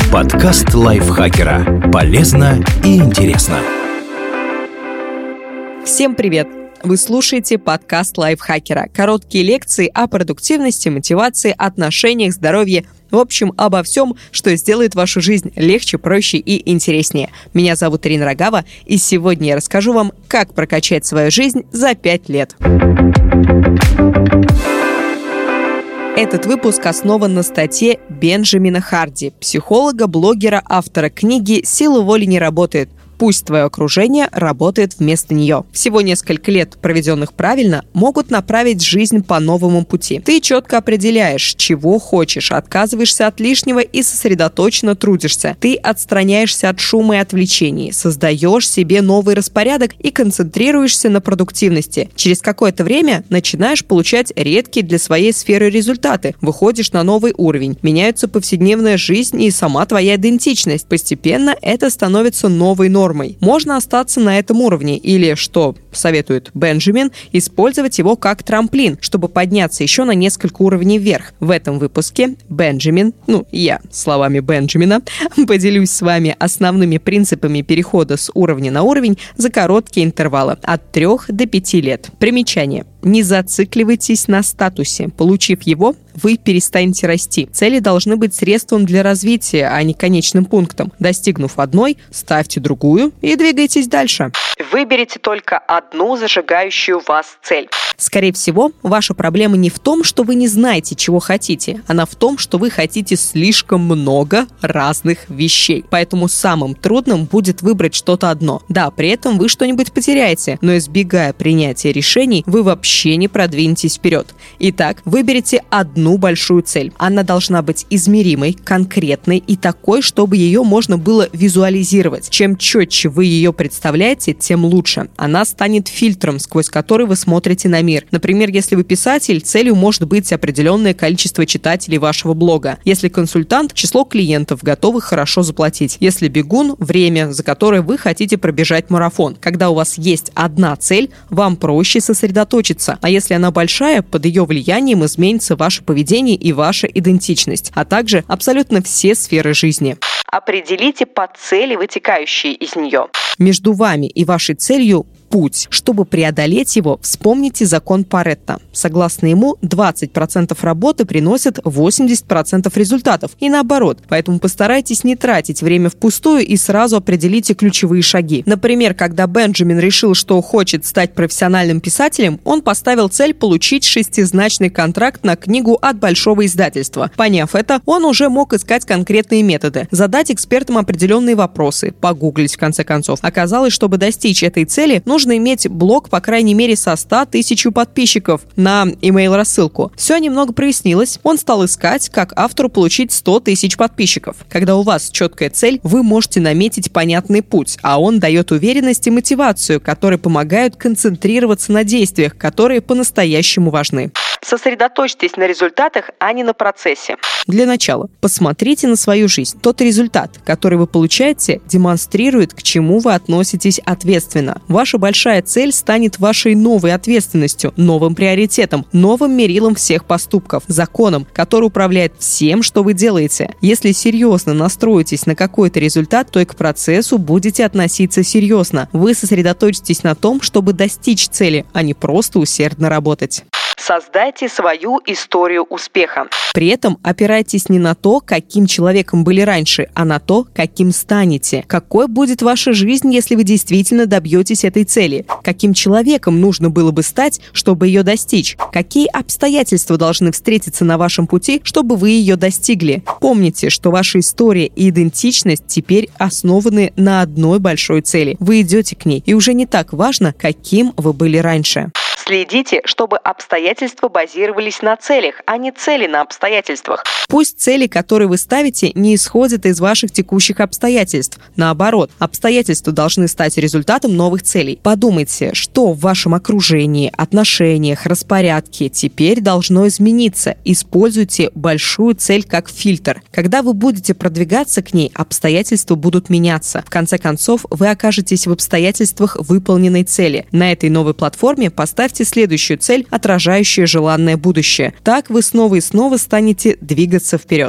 Подкаст лайфхакера. Полезно и интересно. Всем привет! Вы слушаете подкаст лайфхакера. Короткие лекции о продуктивности, мотивации, отношениях, здоровье. В общем, обо всем, что сделает вашу жизнь легче, проще и интереснее. Меня зовут Ирина Рогава, и сегодня я расскажу вам, как прокачать свою жизнь за 5 лет. Этот выпуск основан на статье Бенджамина Харди, психолога, блогера, автора книги «Сила воли не работает. Пусть твое окружение работает вместо нее». Всего несколько лет, проведенных правильно, могут направить жизнь по новому пути. Ты четко определяешь, чего хочешь, отказываешься от лишнего и сосредоточенно трудишься. Ты отстраняешься от шума и отвлечений, создаешь себе новый распорядок и концентрируешься на продуктивности. Через какое-то время начинаешь получать редкие для своей сферы результаты, выходишь на новый уровень, меняется повседневная жизнь и сама твоя идентичность. Постепенно это становится новой нормой. Можно остаться на этом уровне или, что советует Бенджамин, использовать его как трамплин, чтобы подняться еще на несколько уровней вверх. В этом выпуске Бенджамин, я словами Бенджамина, поделюсь с вами основными принципами перехода с уровня на уровень за короткие интервалы от 3 до 5 лет. Примечание. Не зацикливайтесь на статусе. Получив его, вы перестанете расти. Цели должны быть средством для развития, а не конечным пунктом. Достигнув одной, ставьте другую и двигайтесь дальше. Выберите только одну зажигающую вас цель. Скорее всего, ваша проблема не в том, что вы не знаете, чего хотите. Она в том, что вы хотите слишком много разных вещей. Поэтому самым трудным будет выбрать что-то одно. Да, при этом вы что-нибудь потеряете, но избегая принятия решений, вы вообще не продвинетесь вперед. Итак, выберите одну большую цель. Она должна быть измеримой, конкретной и такой, чтобы ее можно было визуализировать. Чем четче вы ее представляете, тем лучше. Она станет фильтром, сквозь который вы смотрите на мир. Например, если вы писатель, целью может быть определенное количество читателей вашего блога. Если консультант, число клиентов, готовых хорошо заплатить. Если бегун, время, за которое вы хотите пробежать марафон. Когда у вас есть одна цель, вам проще сосредоточиться. А если она большая, под ее влиянием изменится ваше поведение и ваша идентичность, а также абсолютно все сферы жизни. Определите подцели, вытекающие из нее. Между вами и вашей целью путь. Чтобы преодолеть его, вспомните закон Паретто. Согласно ему, 20% работы приносят 80% результатов. И наоборот. Поэтому постарайтесь не тратить время впустую и сразу определите ключевые шаги. Например, когда Бенджамин решил, что хочет стать профессиональным писателем, он поставил цель получить 6-значный контракт на книгу от большого издательства. Поняв это, он уже мог искать конкретные методы, задать экспертам определенные вопросы, погуглить в конце концов. Оказалось, чтобы достичь этой цели, нужно иметь блог, по крайней мере, со 100 000 подписчиков на email-рассылку. Все немного прояснилось. Он стал искать, как автору получить 100 000 подписчиков. Когда у вас четкая цель, вы можете наметить понятный путь, а он дает уверенность и мотивацию, которые помогают концентрироваться на действиях, которые по-настоящему важны. Сосредоточьтесь на результатах, а не на процессе. Для начала посмотрите на свою жизнь. Тот результат, который вы получаете, демонстрирует, к чему вы относитесь ответственно. Ваша большая цель станет вашей новой ответственностью, новым приоритетом, новым мерилом всех поступков, законом, который управляет всем, что вы делаете. Если серьезно настроитесь на какой-то результат, то и к процессу будете относиться серьезно. Вы сосредоточитесь на том, чтобы достичь цели, а не просто усердно работать. Создайте свою историю успеха. При этом опирайтесь не на то, каким человеком были раньше, а на то, каким станете. Какой будет ваша жизнь, если вы действительно добьетесь этой цели? Каким человеком нужно было бы стать, чтобы ее достичь? Какие обстоятельства должны встретиться на вашем пути, чтобы вы ее достигли? Помните, что ваша история и идентичность теперь основаны на одной большой цели. Вы идете к ней, и уже не так важно, каким вы были раньше. Следите, чтобы обстоятельства базировались на целях, а не цели на обстоятельствах. Пусть цели, которые вы ставите, не исходят из ваших текущих обстоятельств. Наоборот, обстоятельства должны стать результатом новых целей. Подумайте, что в вашем окружении, отношениях, распорядке теперь должно измениться. Используйте большую цель как фильтр. Когда вы будете продвигаться к ней, обстоятельства будут меняться. В конце концов, вы окажетесь в обстоятельствах выполненной цели. На этой новой платформе поставьте следующую цель, отражающую желанное будущее. Так вы снова и снова станете двигаться вперед.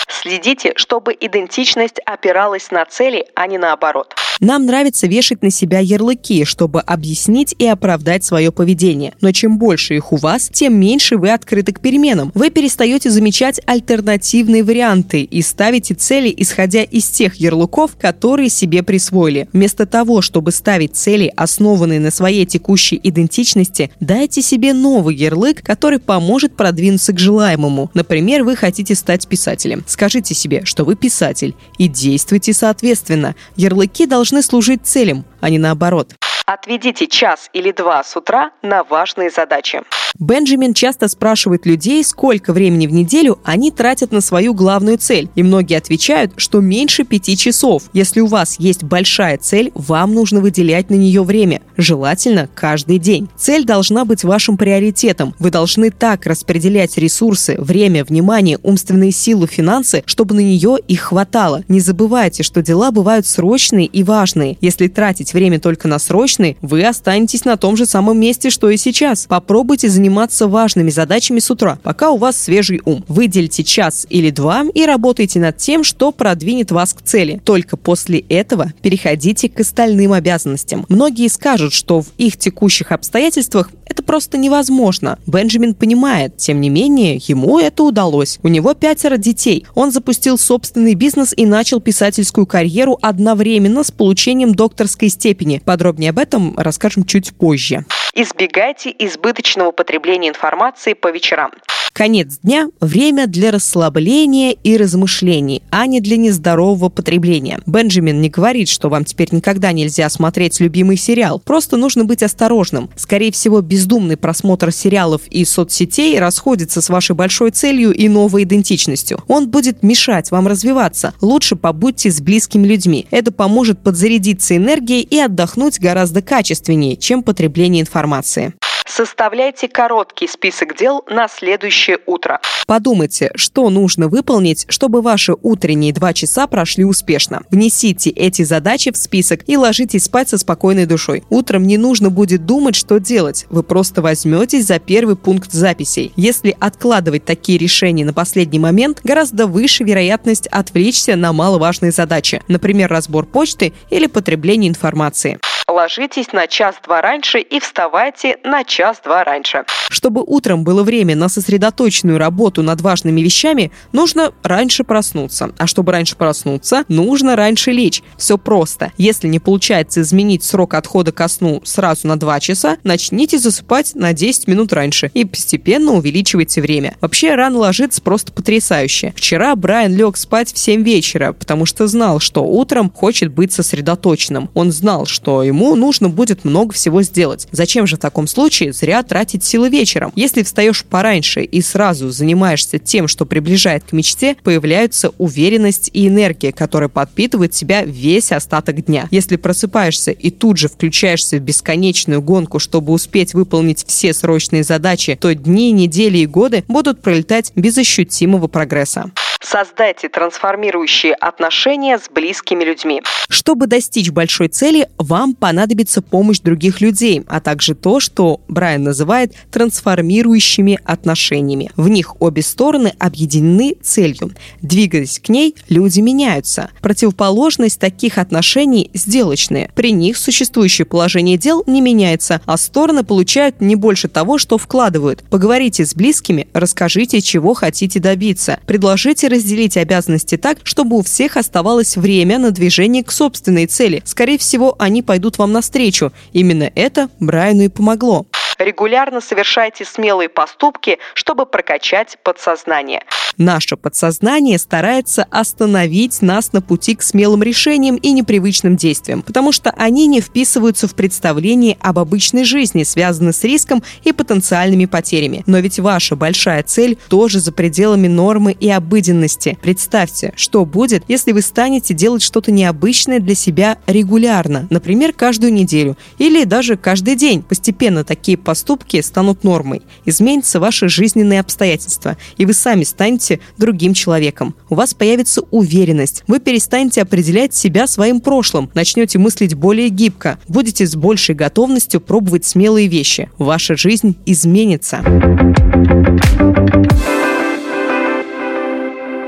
Следите, чтобы идентичность опиралась на цели, а не наоборот. Нам нравится вешать на себя ярлыки, чтобы объяснить и оправдать свое поведение. Но чем больше их у вас, тем меньше вы открыты к переменам. Вы перестаете замечать альтернативные варианты и ставите цели, исходя из тех ярлыков, которые себе присвоили. Вместо того, чтобы ставить цели, основанные на своей текущей идентичности, дайте себе новый ярлык, который поможет продвинуться к желаемому. Например, вы хотите стать писателем. Скажите себе, что вы писатель, и действуйте соответственно. Ярлыки должны служить целям, а не наоборот. Отведите час или два с утра на важные задачи. Бенджамин часто спрашивает людей, сколько времени в неделю они тратят на свою главную цель. И многие отвечают, что меньше 5 часов. Если у вас есть большая цель, вам нужно выделять на нее время. Желательно каждый день. Цель должна быть вашим приоритетом. Вы должны так распределять ресурсы, время, внимание, умственные силы, финансы, чтобы на нее их хватало. Не забывайте, что дела бывают срочные и важные. Если тратить время только на срочные, вы останетесь на том же самом месте, что и сейчас. Попробуйте заниматься важными задачами с утра, пока у вас свежий ум. Выделите час или два и работайте над тем, что продвинет вас к цели. Только после этого переходите к остальным обязанностям. Многие скажут, что в их текущих обстоятельствах это просто невозможно. Бенджамин понимает, тем не менее, ему это удалось. У него 5 детей. Он запустил собственный бизнес и начал писательскую карьеру одновременно с получением докторской степени. Подробнее об этом расскажем чуть позже. Избегайте избыточного потребления информации по вечерам. Конец дня – время для расслабления и размышлений, а не для нездорового потребления. Бенджамин не говорит, что вам теперь никогда нельзя смотреть любимый сериал. Просто нужно быть осторожным. Скорее всего, бездумный просмотр сериалов и соцсетей расходится с вашей большой целью и новой идентичностью. Он будет мешать вам развиваться. Лучше побудьте с близкими людьми. Это поможет подзарядиться энергией и отдохнуть гораздо качественнее, чем потребление информации. Составляйте короткий список дел на следующее утро. Подумайте, что нужно выполнить, чтобы ваши утренние 2 часа прошли успешно. Внесите эти задачи в список и ложитесь спать со спокойной душой. Утром не нужно будет думать, что делать. Вы просто возьметесь за первый пункт записей. Если откладывать такие решения на последний момент, гораздо выше вероятность отвлечься на маловажные задачи, например, разбор почты или потребление информации. Ложитесь на час-два раньше и вставайте на час-два раньше. Чтобы утром было время на сосредоточенную работу над важными вещами, нужно раньше проснуться. А чтобы раньше проснуться, нужно раньше лечь. Все просто. Если не получается изменить срок отхода ко сну сразу на 2 часа, начните засыпать на 10 минут раньше и постепенно увеличивайте время. Вообще, рано ложиться просто потрясающе. Вчера Брайан лег спать в 7 вечера, потому что знал, что утром хочет быть сосредоточенным. Он знал, что ему нужно будет много всего сделать. Зачем же в таком случае зря тратить силы вечером? Если встаешь пораньше и сразу занимаешься тем, что приближает к мечте, появляются уверенность и энергия, которые подпитывают тебя весь остаток дня. Если просыпаешься и тут же включаешься в бесконечную гонку, чтобы успеть выполнить все срочные задачи, то дни, недели и годы будут пролетать без ощутимого прогресса. Создайте трансформирующие отношения с близкими людьми. Чтобы достичь большой цели, вам понадобится помощь других людей, а также то, что Брайан называет трансформирующими отношениями. В них обе стороны объединены целью. Двигаясь к ней, люди меняются. Противоположность таких отношений – сделочные. При них существующее положение дел не меняется, а стороны получают не больше того, что вкладывают. Поговорите с близкими, расскажите, чего хотите добиться. Предложите разделить обязанности так, чтобы у всех оставалось время на движение к собственной цели. Скорее всего, они пойдут вам навстречу. Именно это Брайану и помогло. Регулярно совершайте смелые поступки, чтобы прокачать подсознание. Наше подсознание старается остановить нас на пути к смелым решениям и непривычным действиям, потому что они не вписываются в представление об обычной жизни, связанной с риском и потенциальными потерями. Но ведь ваша большая цель тоже за пределами нормы и обыденности. Представьте, что будет, если вы станете делать что-то необычное для себя регулярно, например, каждую неделю или даже каждый день. Постепенно такие поступки станут нормой, изменятся ваши жизненные обстоятельства, и вы сами станете другим человеком. У вас появится уверенность, вы перестанете определять себя своим прошлым, начнете мыслить более гибко, будете с большей готовностью пробовать смелые вещи. Ваша жизнь изменится.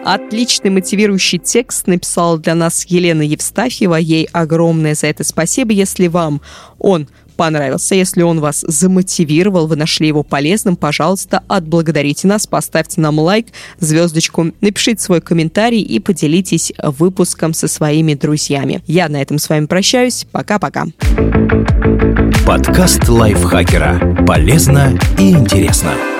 Отличный мотивирующий текст написала для нас Елена Евстафьева. Ей огромное за это спасибо. Если вам он понравился, если он вас замотивировал, вы нашли его полезным, пожалуйста, отблагодарите нас, поставьте нам лайк, звездочку, напишите свой комментарий и поделитесь выпуском со своими друзьями. Я на этом с вами прощаюсь. Пока-пока. Подкаст лайфхакера. Полезно и интересно.